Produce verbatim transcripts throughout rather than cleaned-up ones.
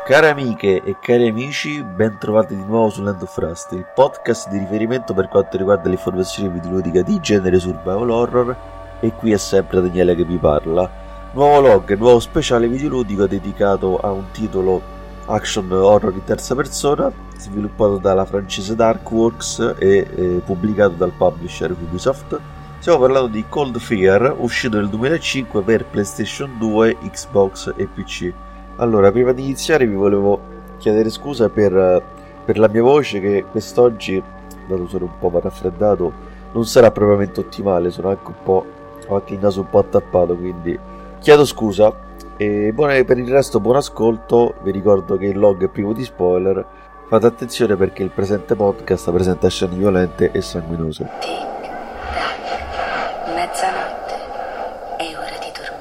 Care amiche e cari amici, ben trovati di nuovo su Land of Rust, il podcast di riferimento per quanto riguarda l'informazione videoludica di genere survival horror, e qui è sempre Daniele che vi parla. Nuovo log, nuovo speciale videoludico dedicato a un titolo action horror in terza persona, sviluppato dalla francese Darkworks e eh, pubblicato dal publisher Ubisoft. Stiamo parlando di Cold Fear, uscito nel duemilacinque per PlayStation due, Xbox e P C. Allora, prima di iniziare vi volevo chiedere scusa per, per la mia voce, che quest'oggi, dato che sono un po' raffreddato, non sarà propriamente ottimale, sono anche un po', ho anche il naso un po' attappato, quindi chiedo scusa. E buone, per il resto buon ascolto. Vi ricordo che il log è privo di spoiler, fate attenzione perché il presente podcast presenta scene violente e sanguinose. Mezzanotte, è ora di dormire.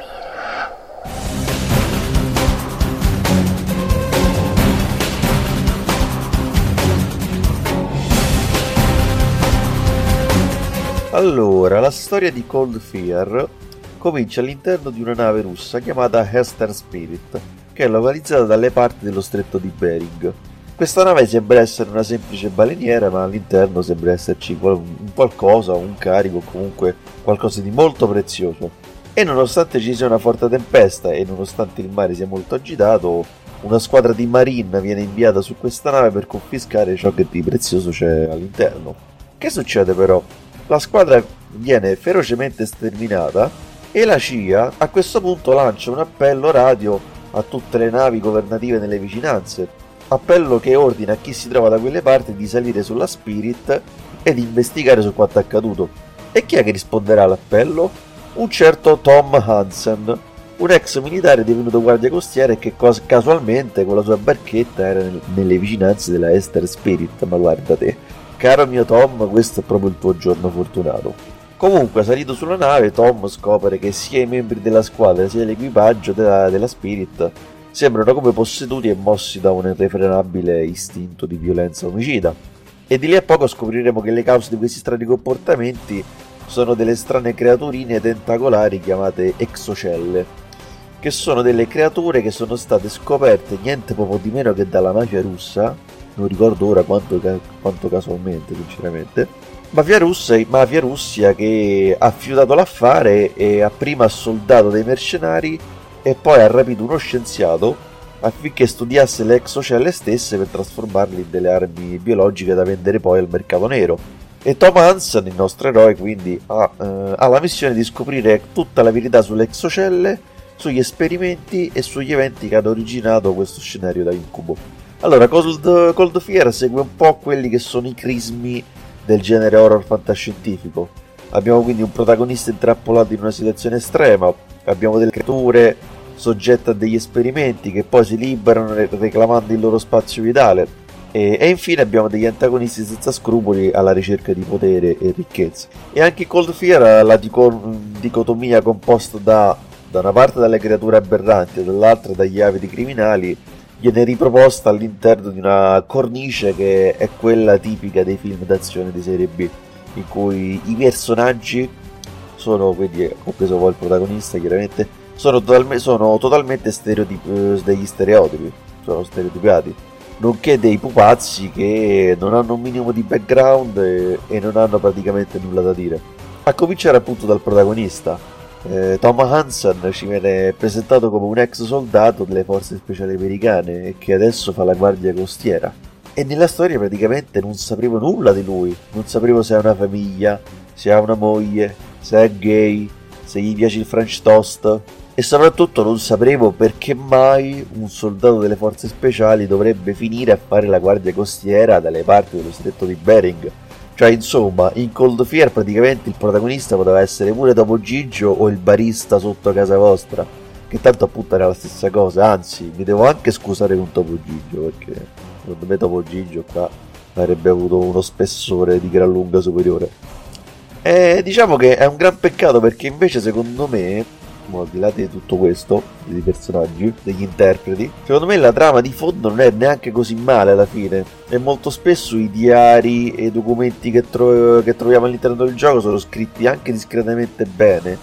Allora, la storia di Cold Fear comincia all'interno di una nave russa chiamata Eastern Spirit, che è localizzata dalle parti dello stretto di Bering. Questa nave sembra essere una semplice baleniera, ma all'interno sembra esserci un qualcosa, un carico, comunque qualcosa di molto prezioso. E nonostante ci sia una forte tempesta e nonostante il mare sia molto agitato, una squadra di marine viene inviata su questa nave per confiscare ciò che di prezioso c'è all'interno. Che succede però? La squadra viene ferocemente sterminata e la C I A a questo punto lancia un appello radio a tutte le navi governative nelle vicinanze, appello che ordina a chi si trova da quelle parti di salire sulla Spirit e di investigare su quanto accaduto. E chi è che risponderà all'appello? Un certo Tom Hansen, un ex militare divenuto guardia costiera e che casualmente con la sua barchetta era nelle vicinanze della Eastern Spirit. Ma guarda te, caro mio Tom, questo è proprio il tuo giorno fortunato. Comunque, salito sulla nave, Tom scopre che sia i membri della squadra sia l'equipaggio della, della Spirit sembrano come posseduti e mossi da un irrefrenabile istinto di violenza omicida. E di lì a poco scopriremo che le cause di questi strani comportamenti sono delle strane creaturine tentacolari chiamate exocelle, che sono delle creature che sono state scoperte niente poco di meno che dalla mafia russa. Non ricordo ora quanto, quanto casualmente, sinceramente. Mafia russa, mafia Russia che ha fiutato l'affare e ha prima soldato dei mercenari e poi ha rapito uno scienziato affinché studiasse le exocelle stesse per trasformarle in delle armi biologiche da vendere poi al mercato nero. E Tom Hansen, il nostro eroe, quindi ha, eh, ha la missione di scoprire tutta la verità sulle exocelle, sugli esperimenti e sugli eventi che hanno originato questo scenario da incubo. Allora, Cold, Cold Fear segue un po' quelli che sono i crismi del genere horror fantascientifico. Abbiamo quindi un protagonista intrappolato in una situazione estrema, abbiamo delle creature soggette a degli esperimenti che poi si liberano reclamando il loro spazio vitale e, e infine abbiamo degli antagonisti senza scrupoli alla ricerca di potere e ricchezza. E anche Cold Fear ha la dicotomia composta da, da una parte dalle creature aberranti e dall'altra dagli avidi criminali, viene riproposta all'interno di una cornice che è quella tipica dei film d'azione di serie B, in cui i personaggi sono, quindi compreso poi il protagonista chiaramente, sono, totalme, sono totalmente stereotip- degli stereotipi, sono stereotipati, nonché dei pupazzi che non hanno un minimo di background e, e non hanno praticamente nulla da dire. A cominciare appunto dal protagonista. Eh, Tom Hansen ci viene presentato come un ex soldato delle forze speciali americane e che adesso fa la guardia costiera. E nella storia praticamente non sapevo nulla di lui, non sapevo se ha una famiglia, se ha una moglie, se è gay, se gli piace il French toast e soprattutto non sapevo perché mai un soldato delle forze speciali dovrebbe finire a fare la guardia costiera dalle parti dello stretto di Bering. Cioè, insomma, in Cold Fear praticamente il protagonista poteva essere pure Topo Gigio o il barista sotto casa vostra, che tanto appunto era la stessa cosa. Anzi, mi devo anche scusare con Topo Gigio, perché secondo me Topo Gigio qua avrebbe avuto uno spessore di gran lunga superiore. E diciamo che è un gran peccato, perché invece secondo me, al di là di tutto questo, dei personaggi, degli interpreti, secondo me la trama di fondo non è neanche così male alla fine, e molto spesso i diari e i documenti che, tro- che troviamo all'interno del gioco sono scritti anche discretamente bene,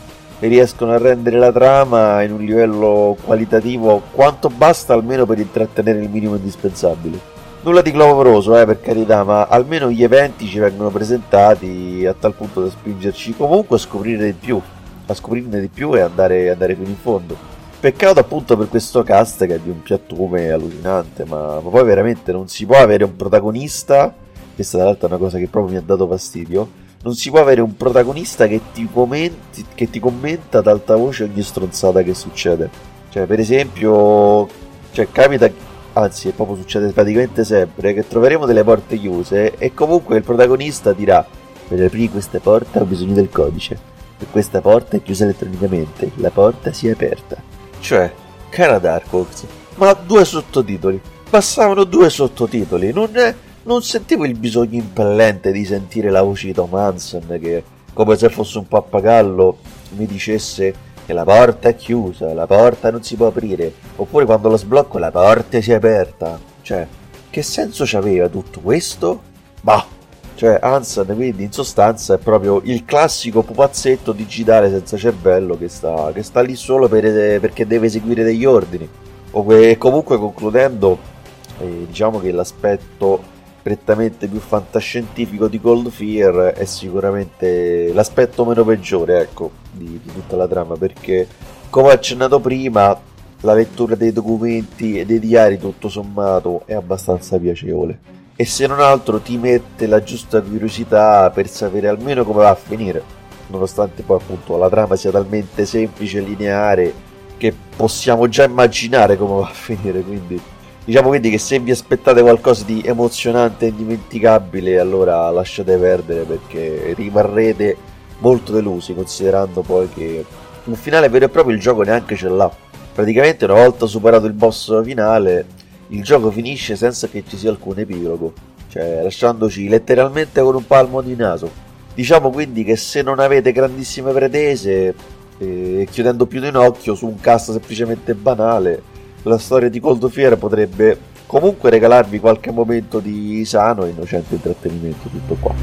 e riescono a rendere la trama in un livello qualitativo quanto basta almeno per intrattenere il minimo indispensabile. Nulla di clamoroso, eh, per carità, ma almeno gli eventi ci vengono presentati a tal punto da spingerci comunque a scoprire di più, a scoprirne di più e andare, andare fino in fondo. Peccato appunto per questo cast che è di un piattume allucinante, ma, ma poi veramente non si può avere un protagonista, questa tra l'altro è una cosa che proprio mi ha dato fastidio, non si può avere un protagonista che ti commenti, che ti commenta ad alta voce ogni stronzata che succede. Cioè, per esempio, cioè capita, anzi, proprio succede praticamente sempre, che troveremo delle porte chiuse e comunque il protagonista dirà: per aprire queste porte ho bisogno del codice, e questa porta è chiusa elettronicamente, la porta si è aperta. Cioè, cara Darkhawks, ma due sottotitoli, passavano due sottotitoli, non, è, non sentivo il bisogno impellente di sentire la voce di Tom Hansen che, come se fosse un pappagallo, mi dicesse che la porta è chiusa, la porta non si può aprire, oppure quando lo sblocco la porta si è aperta. Cioè, che senso c'aveva tutto questo? Bah, cioè Hansen quindi in sostanza è proprio il classico pupazzetto digitale senza cervello che sta, che sta lì solo per, perché deve eseguire degli ordini. O que, comunque concludendo, eh, diciamo che l'aspetto prettamente più fantascientifico di Cold Fear è sicuramente l'aspetto meno peggiore, ecco, di, di tutta la trama, perché come accennato prima la lettura dei documenti e dei diari tutto sommato è abbastanza piacevole e se non altro ti mette la giusta curiosità per sapere almeno come va a finire, nonostante poi appunto la trama sia talmente semplice e lineare che possiamo già immaginare come va a finire. Quindi diciamo quindi che se vi aspettate qualcosa di emozionante e indimenticabile, allora lasciate perdere, perché rimarrete molto delusi, considerando poi che un finale vero e proprio il gioco neanche ce l'ha. Praticamente una volta superato il boss finale, il gioco finisce senza che ci sia alcun epilogo, cioè lasciandoci letteralmente con un palmo di naso. Diciamo quindi che se non avete grandissime pretese, eh, chiudendo più di un occhio su un cast semplicemente banale, la storia di Cold Fear potrebbe comunque regalarvi qualche momento di sano e innocente intrattenimento, tutto qua.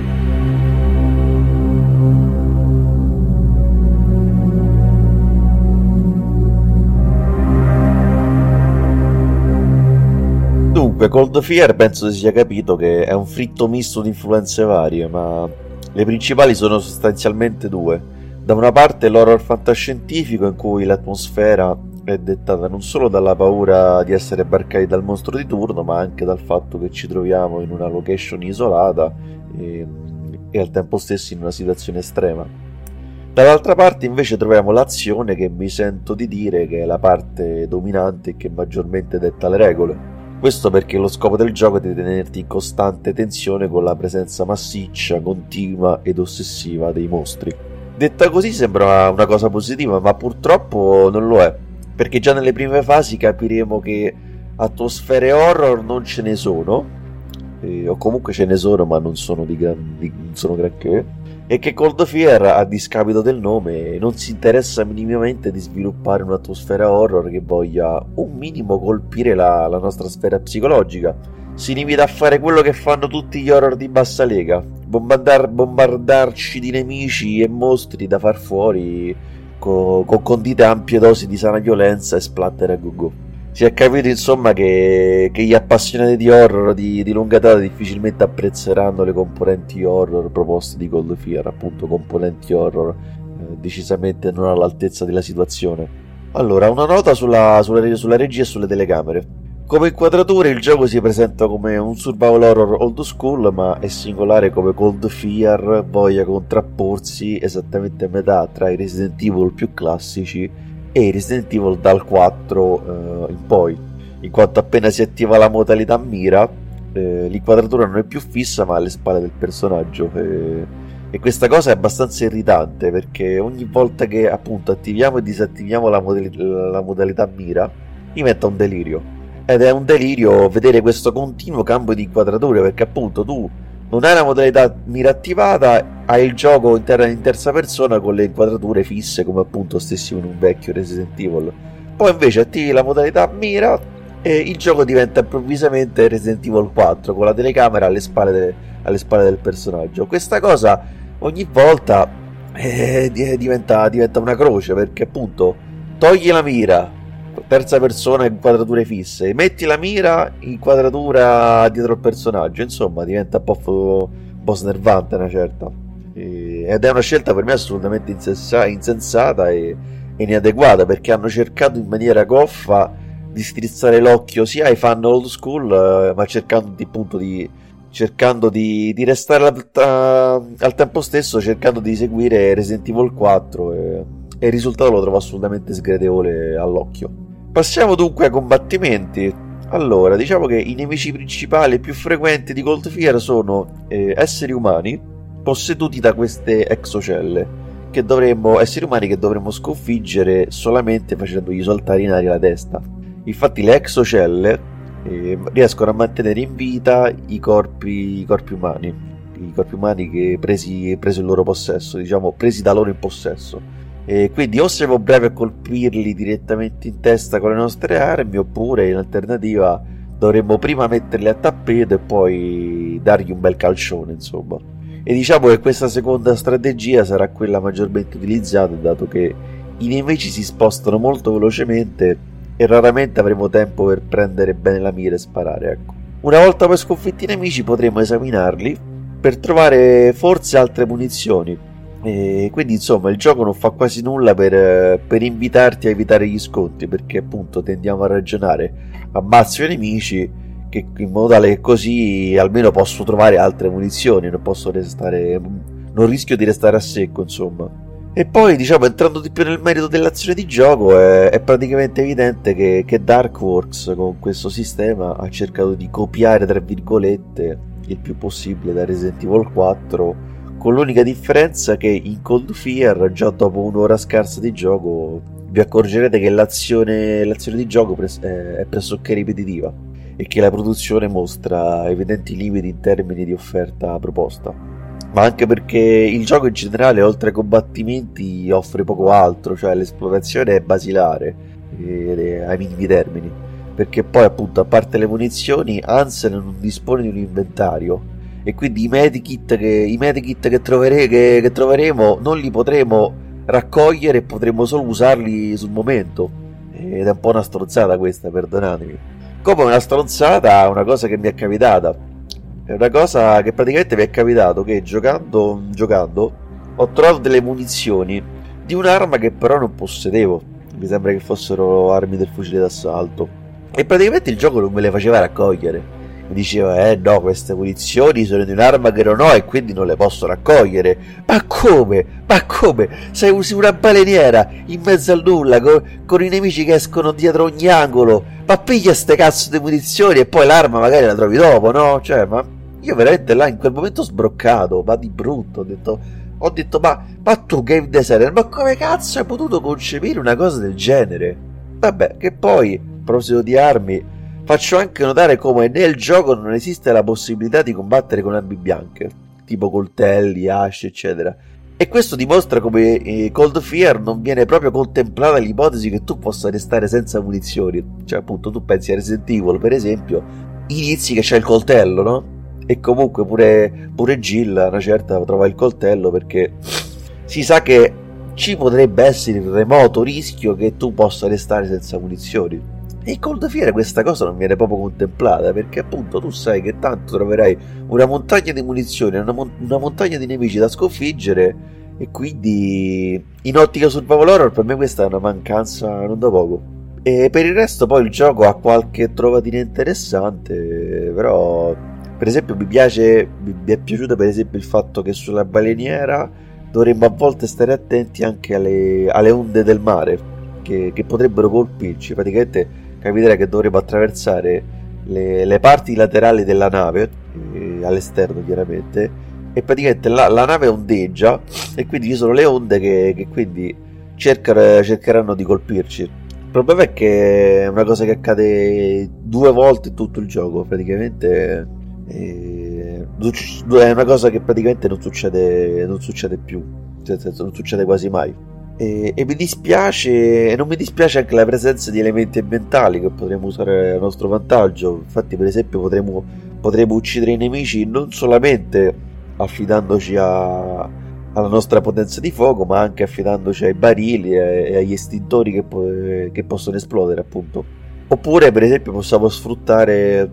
Dunque, Cold Fear penso si sia capito che è un fritto misto di influenze varie, ma le principali sono sostanzialmente due. Da una parte l'horror fantascientifico, in cui l'atmosfera è dettata non solo dalla paura di essere barcati dal mostro di turno, ma anche dal fatto che ci troviamo in una location isolata e, e al tempo stesso in una situazione estrema. Dall'altra parte invece troviamo l'azione, che mi sento di dire che è la parte dominante e che maggiormente detta le regole. Questo perché lo scopo del gioco è di tenerti in costante tensione con la presenza massiccia, continua ed ossessiva dei mostri. Detta così sembra una cosa positiva, ma purtroppo non lo è, perché già nelle prime fasi capiremo che atmosfere horror non ce ne sono, eh, o comunque ce ne sono ma non sono di gran, di, non sono granché, e che Cold Fear, a discapito del nome, non si interessa minimamente di sviluppare un'atmosfera horror che voglia un minimo colpire la, la nostra sfera psicologica. Si limita a fare quello che fanno tutti gli horror di bassa lega, bombardar, bombardarci di nemici e mostri da far fuori con, con condite ampie dosi di sana violenza e splatter a go-go. Si è capito insomma che, che gli appassionati di horror di, di lunga data difficilmente apprezzeranno le componenti horror proposte di Cold Fear, appunto componenti horror eh, decisamente non all'altezza della situazione. Allora, una nota sulla, sulla, sulla regia e sulle telecamere. Come inquadrature il gioco si presenta come un survival horror old school, ma è singolare come Cold Fear voglia contrapporsi esattamente a metà tra i Resident Evil più classici e i Resident Evil dal quattro eh, in poi, in quanto appena si attiva la modalità mira eh, l'inquadratura non è più fissa ma alle spalle del personaggio, eh, e questa cosa è abbastanza irritante, perché ogni volta che appunto attiviamo e disattiviamo la, modali- la modalità mira mi mette un delirio. Ed è un delirio vedere questo continuo cambio di inquadrature, perché appunto tu non hai la modalità mira attivata, hai il gioco in, ter- in terza persona con le inquadrature fisse come appunto stessimo in un vecchio Resident Evil. Poi invece attivi la modalità mira e il gioco diventa improvvisamente Resident Evil quattro con la telecamera alle spalle, de- alle spalle del personaggio. Questa cosa ogni volta e diventa, diventa una croce, perché appunto togli la mira, terza persona in quadrature fisse, metti la mira in quadratura dietro il personaggio, insomma diventa un po', un po' snervante una certa, e, ed è una scelta per me assolutamente insessa, insensata e, e inadeguata, perché hanno cercato in maniera goffa di strizzare l'occhio sia ai fan old school, eh, ma cercando di, appunto di cercando di, di restare al, a, al tempo stesso cercando di seguire Resident Evil quattro, e, e il risultato lo trovo assolutamente sgradevole all'occhio. Passiamo dunque ai combattimenti. Allora, diciamo che i nemici principali e più frequenti di Cold Fear sono eh, esseri umani posseduti da queste exocelle, che dovremmo, esseri umani che dovremmo sconfiggere solamente facendogli saltare in aria la testa. Infatti le exocelle eh, riescono a mantenere in vita i corpi, i corpi umani, i corpi umani che presi, presi il loro possesso, diciamo presi da loro in possesso. E quindi o siamo bravi a colpirli direttamente in testa con le nostre armi, oppure in alternativa dovremmo prima metterli a tappeto e poi dargli un bel calcione, insomma. E diciamo che questa seconda strategia sarà quella maggiormente utilizzata, dato che i nemici si spostano molto velocemente e raramente avremo tempo per prendere bene la mira e sparare, ecco. Una volta poi sconfitti i nemici potremo esaminarli per trovare forse altre munizioni, e quindi insomma il gioco non fa quasi nulla per, per invitarti a evitare gli scontri, perché appunto tendiamo a ragionare: ammazzo i nemici, che in modo tale che così almeno posso trovare altre munizioni, non posso restare, non rischio di restare a secco, insomma. E poi, diciamo, entrando di più nel merito dell'azione di gioco, è, è praticamente evidente che, che Darkworks con questo sistema ha cercato di copiare, tra virgolette, il più possibile da Resident Evil quattro, con l'unica differenza che in Cold Fear, già dopo un'ora scarsa di gioco, vi accorgerete che l'azione, l'azione di gioco pres- è pressoché ripetitiva e che la produzione mostra evidenti limiti in termini di offerta proposta. Ma anche perché il gioco in generale, oltre ai combattimenti, offre poco altro, cioè l'esplorazione è basilare eh, ai minimi termini, perché poi appunto, a parte le munizioni, Ansel non dispone di un inventario, e quindi i medikit che, i medikit che, trovere, che, che troveremo non li potremo raccogliere, e potremo solo usarli sul momento, ed è un po' una stronzata questa, perdonatemi. Come una stronzata, una cosa che mi è capitata. È una cosa che praticamente mi è capitato, che giocando, giocando ho trovato delle munizioni di un'arma che però non possedevo. Mi sembra che fossero armi del fucile d'assalto, e praticamente il gioco non me le faceva raccogliere. Mi diceva: eh no, queste munizioni sono di un'arma che non ho e quindi non le posso raccogliere. Ma come? Ma come? Se usi una baleniera in mezzo al nulla, con, con i nemici che escono dietro ogni angolo, ma piglia ste cazzo di munizioni e poi l'arma magari la trovi dopo, no? Cioè, ma io veramente là in quel momento sbroccato, ma di brutto, ho detto, ho detto ma, ma tu game designer, ma come cazzo hai potuto concepire una cosa del genere? Vabbè, che poi, a proposito di armi, faccio anche notare come nel gioco non esiste la possibilità di combattere con armi bianche, tipo coltelli, asce, eccetera. E questo dimostra come eh, Cold Fear non viene proprio contemplata l'ipotesi che tu possa restare senza munizioni. Cioè, appunto, tu pensi a Resident Evil, per esempio, inizi che c'è il coltello, no? E comunque pure, pure Jill a una certa trova il coltello, perché si sa che ci potrebbe essere il remoto rischio che tu possa restare senza munizioni. E in Cold Fear questa cosa non viene proprio contemplata, perché appunto tu sai che tanto troverai una montagna di munizioni, una, mon- una montagna di nemici da sconfiggere, e quindi in ottica survival horror per me questa è una mancanza non da poco. E per il resto poi il gioco ha qualche trovatina interessante, però per esempio mi piace, mi è piaciuto per esempio il fatto che sulla baleniera dovremmo a volte stare attenti anche alle, alle onde del mare che, che potrebbero colpirci. Praticamente capiterà che dovremo attraversare le, le parti laterali della nave, eh, all'esterno chiaramente, e praticamente la, la nave ondeggia e quindi ci sono le onde che, che quindi cercano, cercheranno di colpirci. Il problema è che è una cosa che accade due volte in tutto il gioco praticamente, e è una cosa che praticamente non succede, non succede più, nel senso non succede quasi mai. E, e mi dispiace, e non mi dispiace anche la presenza di elementi ambientali che potremo usare a nostro vantaggio. Infatti, per esempio, potremo, potremo uccidere i nemici non solamente affidandoci a, alla nostra potenza di fuoco, ma anche affidandoci ai barili e, e agli estintori che, po- che possono esplodere, appunto. Oppure, per esempio, possiamo sfruttare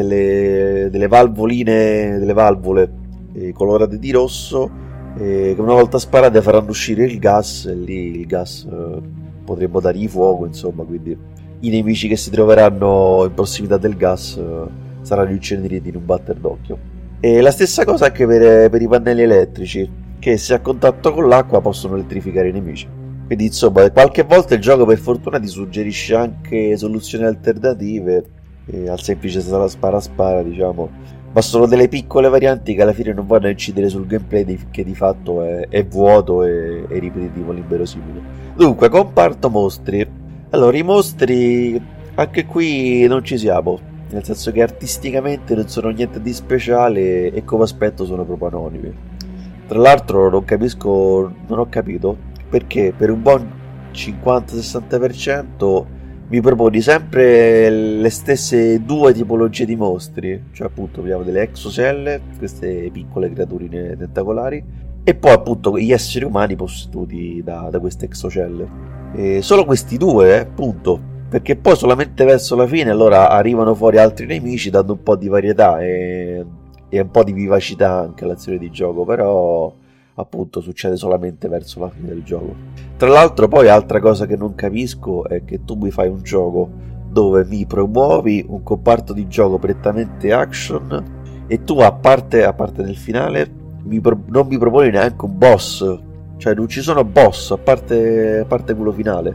delle, delle valvoline, delle valvole eh, colorate di rosso, eh, che una volta sparate faranno uscire il gas, e lì il gas eh, potremmo dargli fuoco, insomma, quindi i nemici che si troveranno in prossimità del gas eh, saranno inceneriti in un batter d'occhio. E la stessa cosa anche per, per i pannelli elettrici, che se a contatto con l'acqua possono elettrificare i nemici. Quindi insomma, qualche volta il gioco per fortuna ti suggerisce anche soluzioni alternative eh, al semplice spara spara, diciamo, ma sono delle piccole varianti che alla fine non vanno a incidere sul gameplay di, che di fatto è, è vuoto e, e ripetitivo all'inverosimile. Dunque, comparto mostri. Allora, i mostri anche qui non ci siamo, nel senso che artisticamente non sono niente di speciale e come aspetto sono proprio anonimi. Tra l'altro non capisco, non ho capito perché per un buon cinquanta sessanta per cento mi proponi sempre le stesse due tipologie di mostri, cioè appunto abbiamo delle exocelle, queste piccole creaturine tentacolari, e poi appunto gli esseri umani posseduti da, da queste exocelle. E solo questi due, eh, punto, perché poi solamente verso la fine allora arrivano fuori altri nemici dando un po' di varietà e, e un po' di vivacità anche all'azione di gioco, però appunto succede solamente verso la fine del gioco. Tra l'altro poi altra cosa che non capisco è che tu mi fai un gioco dove mi promuovi un comparto di gioco prettamente action e tu a parte, a parte nel finale mi pro- non mi proponi neanche un boss, cioè non ci sono boss a parte, a parte quello finale.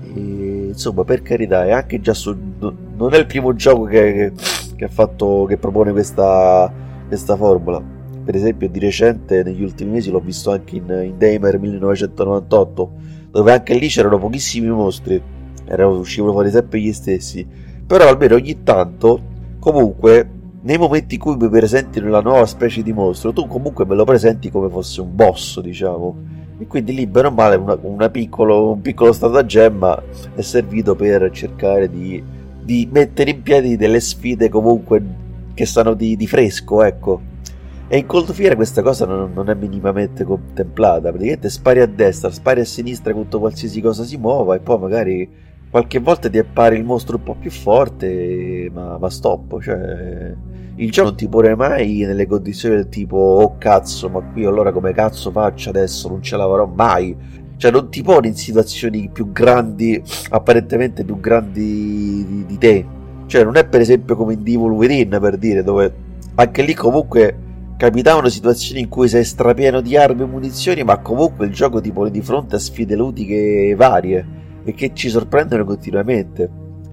E, insomma, per carità, è anche già su, non è il primo gioco che, che, che ha fatto, che propone questa, questa formula. Per esempio di recente negli ultimi mesi l'ho visto anche in, in Daymare millenovecentonovantotto, dove anche lì c'erano pochissimi mostri, erano, uscivano fuori sempre gli stessi, però almeno ogni tanto, comunque, nei momenti in cui mi presenti una nuova specie di mostro, tu comunque me lo presenti come fosse un boss, diciamo, e quindi lì bene o male una, una piccolo, un piccolo stratagemma è servito per cercare di, di mettere in piedi delle sfide comunque che stanno di, di fresco, ecco. E in Cold Fear questa cosa non, non è minimamente contemplata, praticamente spari a destra, spari a sinistra contro qualsiasi cosa si muova e poi magari qualche volta ti appare il mostro un po' più forte, ma, ma stop, cioè il gioco non ti pone mai nelle condizioni del tipo oh cazzo, ma qui allora come cazzo faccio adesso, non ce la farò mai, cioè non ti pone in situazioni più grandi, apparentemente più grandi di, di te, cioè non è per esempio come in Devil Within, per dire, dove anche lì comunque capitavano situazioni in cui sei strapieno di armi e munizioni, ma comunque il gioco ti pone di fronte a sfide ludiche varie e che ci sorprendono continuamente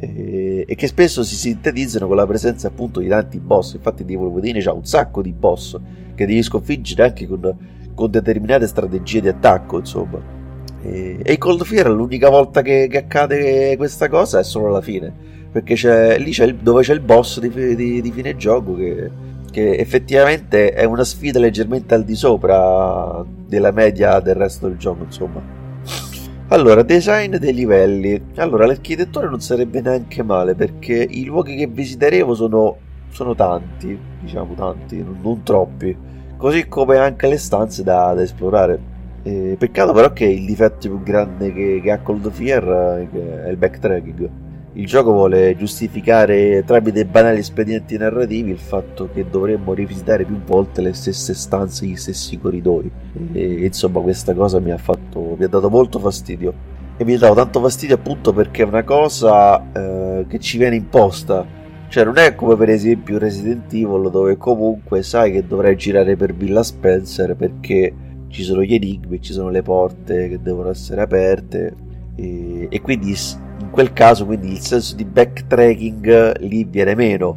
e, e che spesso si sintetizzano con la presenza appunto di tanti boss. Infatti Devil Within c'ha un sacco di boss che devi sconfiggere anche con, con determinate strategie di attacco, insomma. E, e in Cold Fear l'unica volta che, che accade questa cosa è solo alla fine, perché c'è, lì c'è il, dove c'è il boss di, di, di fine gioco che che effettivamente è una sfida leggermente al di sopra della media del resto del gioco, insomma. Allora, design dei livelli. Allora, l'architettura non sarebbe neanche male, perché i luoghi che visiteremo sono, sono tanti, diciamo tanti, non, non troppi, così come anche le stanze da, da esplorare. E peccato però che il difetto più grande che, che ha Cold Fear è il backtracking. Il gioco vuole giustificare tramite banali espedienti narrativi il fatto che dovremmo rivisitare più volte le stesse stanze, gli stessi corridoi. E insomma questa cosa mi ha fatto, mi ha dato molto fastidio. E mi ha dato tanto fastidio appunto perché è una cosa eh, che ci viene imposta. Cioè non è come per esempio Resident Evil, dove comunque sai che dovrai girare per Villa Spencer perché ci sono gli enigmi, ci sono le porte che devono essere aperte e, e quindi in quel caso quindi il senso di backtracking lì viene meno,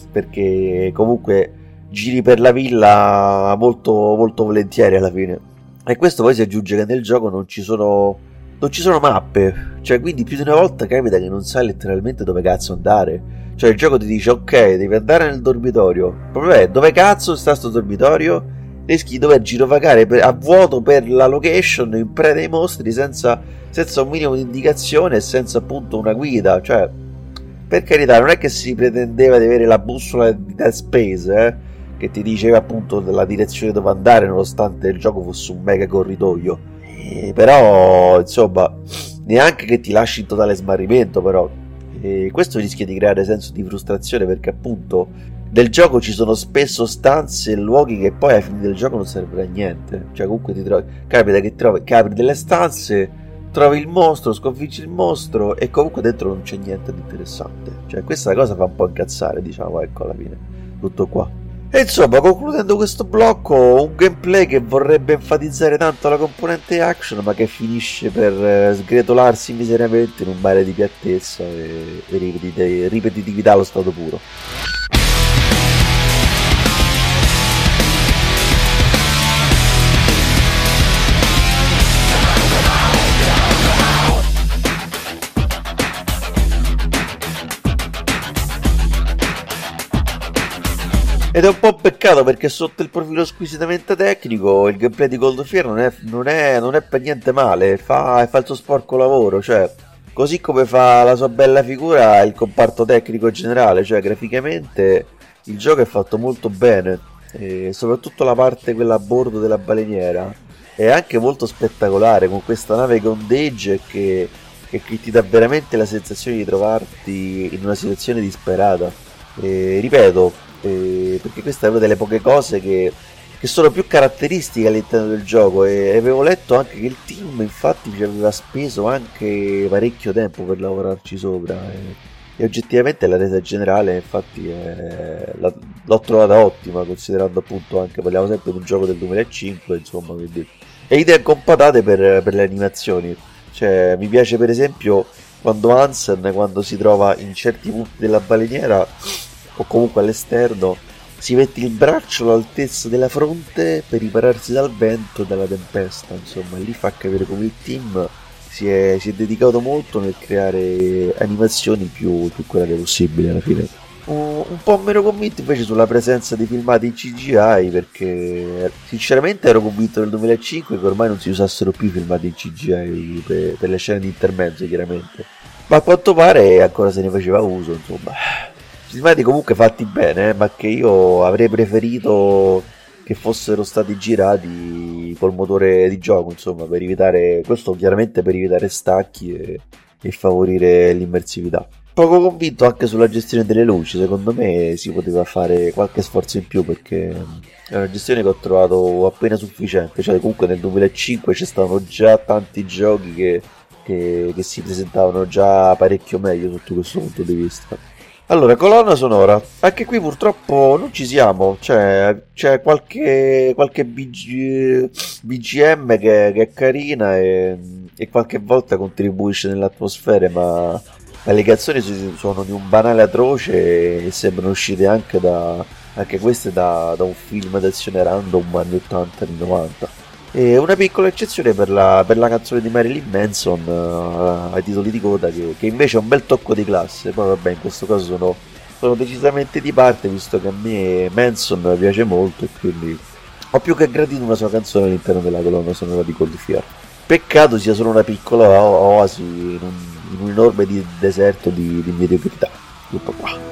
perché comunque giri per la villa molto molto volentieri alla fine. E questo poi si aggiunge che nel gioco non ci sono non ci sono mappe, cioè quindi più di una volta capita che non sai letteralmente dove cazzo andare. Cioè il gioco ti dice ok, devi andare nel dormitorio, il problema è dove cazzo sta sto dormitorio, rischi di dover girovagare per, a vuoto per la location in preda ai mostri senza, senza un minimo di indicazione e senza appunto una guida. Cioè per carità non è che si pretendeva di avere la bussola di Dead Space, eh? che ti diceva appunto della direzione dove andare, nonostante il gioco fosse un mega corridoio. E però insomma, neanche che ti lasci in totale smarrimento, però e questo rischia di creare senso di frustrazione, perché appunto nel gioco ci sono spesso stanze e luoghi che poi alla fine del gioco non servono a niente. Cioè comunque ti trovi, capita che, trovi, che apri delle stanze, trovi il mostro, sconfiggi il mostro e comunque dentro non c'è niente di interessante. Cioè questa cosa fa un po' incazzare, diciamo, ecco, alla fine tutto qua. E insomma, concludendo questo blocco, un gameplay che vorrebbe enfatizzare tanto la componente action, ma che finisce per eh, sgretolarsi miseramente in un mare di piattezza e, e ripeti- ripetitività allo stato puro. Ed è un po' un peccato, perché sotto il profilo squisitamente tecnico il gameplay di Cold Fear non è, non è, non è per niente male, fa, fa il suo sporco lavoro, cioè così come fa la sua bella figura il comparto tecnico generale, cioè graficamente il gioco è fatto molto bene, e soprattutto la parte quella a bordo della baleniera è anche molto spettacolare, con questa nave che ondeggia e che, che, che ti dà veramente la sensazione di trovarti in una situazione disperata. E, ripeto, Eh, perché questa è una delle poche cose che, che sono più caratteristiche all'interno del gioco, e avevo letto anche che il team infatti ci aveva speso anche parecchio tempo per lavorarci sopra, e, e oggettivamente la resa generale infatti è, la, l'ho trovata ottima, considerando appunto anche, parliamo sempre di un gioco del duemilacinque, insomma, quindi. E idee compatate per, per le animazioni, cioè mi piace per esempio quando Hansen, quando si trova in certi punti della baleniera o comunque all'esterno, si mette il braccio all'altezza della fronte per ripararsi dal vento e dalla tempesta. Insomma, lì fa capire come il team si è, si è dedicato molto nel creare animazioni più, più quelle possibili alla fine. Un, un po' meno convinto invece sulla presenza di filmati in C G I, perché sinceramente ero convinto nel duemilacinque che ormai non si usassero più filmati in C G I per, per le scene di intermezzo, chiaramente, ma a quanto pare ancora se ne faceva uso, insomma. Filmati comunque fatti bene, eh, ma che io avrei preferito che fossero stati girati col motore di gioco, insomma, per evitare, questo chiaramente per evitare stacchi e, e favorire l'immersività. Poco convinto anche sulla gestione delle luci, secondo me si poteva fare qualche sforzo in più, perché è una gestione che ho trovato appena sufficiente, cioè comunque nel duemilacinque ci stavano già tanti giochi che, che, che si presentavano già parecchio meglio sotto questo punto di vista. Allora, colonna sonora, anche qui purtroppo non ci siamo, cioè c'è qualche, qualche B G, B G M che, che è carina e, e qualche volta contribuisce nell'atmosfera, ma le canzoni sono di un banale atroce e sembrano uscite anche da, anche queste da, da un film d'azione random anni ottanta anni novanta. E una piccola eccezione per la, per la canzone di Marilyn Manson uh, ai titoli di coda, che, che invece è un bel tocco di classe. Poi vabbè, in questo caso sono, sono decisamente di parte, visto che a me Manson piace molto e quindi ho più che gradito una sua canzone all'interno della colonna sonora di Cold Fear. Peccato sia solo una piccola oasi in un, in un enorme di deserto di, di mediocrità. Tutto qua.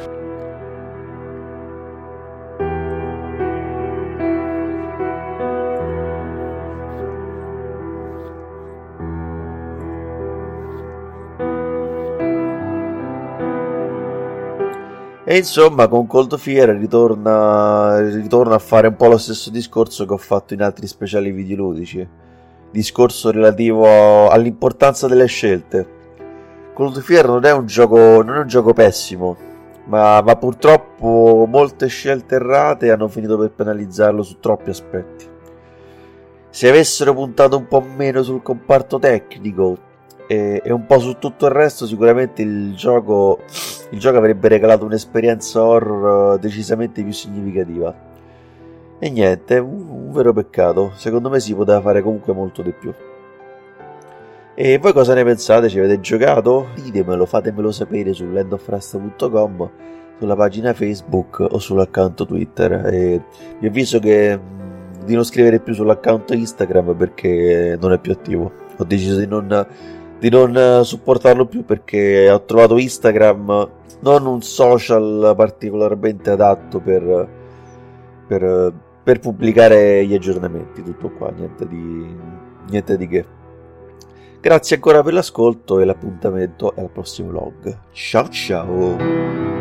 E insomma, con Cold Fear ritorna, ritorna a fare un po' lo stesso discorso che ho fatto in altri speciali videoludici, discorso relativo all'importanza delle scelte. Cold Fear non è un gioco, non è un gioco pessimo, ma, ma purtroppo molte scelte errate hanno finito per penalizzarlo su troppi aspetti. Se avessero puntato un po' meno sul comparto tecnico e, e un po' su tutto il resto, sicuramente il gioco, il gioco avrebbe regalato un'esperienza horror decisamente più significativa. E niente, un, un vero peccato. Secondo me si poteva fare comunque molto di più. E voi cosa ne pensate? Ci avete giocato? Ditemelo, fatemelo sapere su land of rust punto com, sulla pagina Facebook o sull'account Twitter. E vi avviso che di non scrivere più sull'account Instagram perché non è più attivo. Ho deciso di non, di non supportarlo più perché ho trovato Instagram non un social particolarmente adatto per, per, per pubblicare gli aggiornamenti, tutto qua, niente di, niente di che. Grazie ancora per l'ascolto e l'appuntamento è al prossimo vlog. Ciao ciao!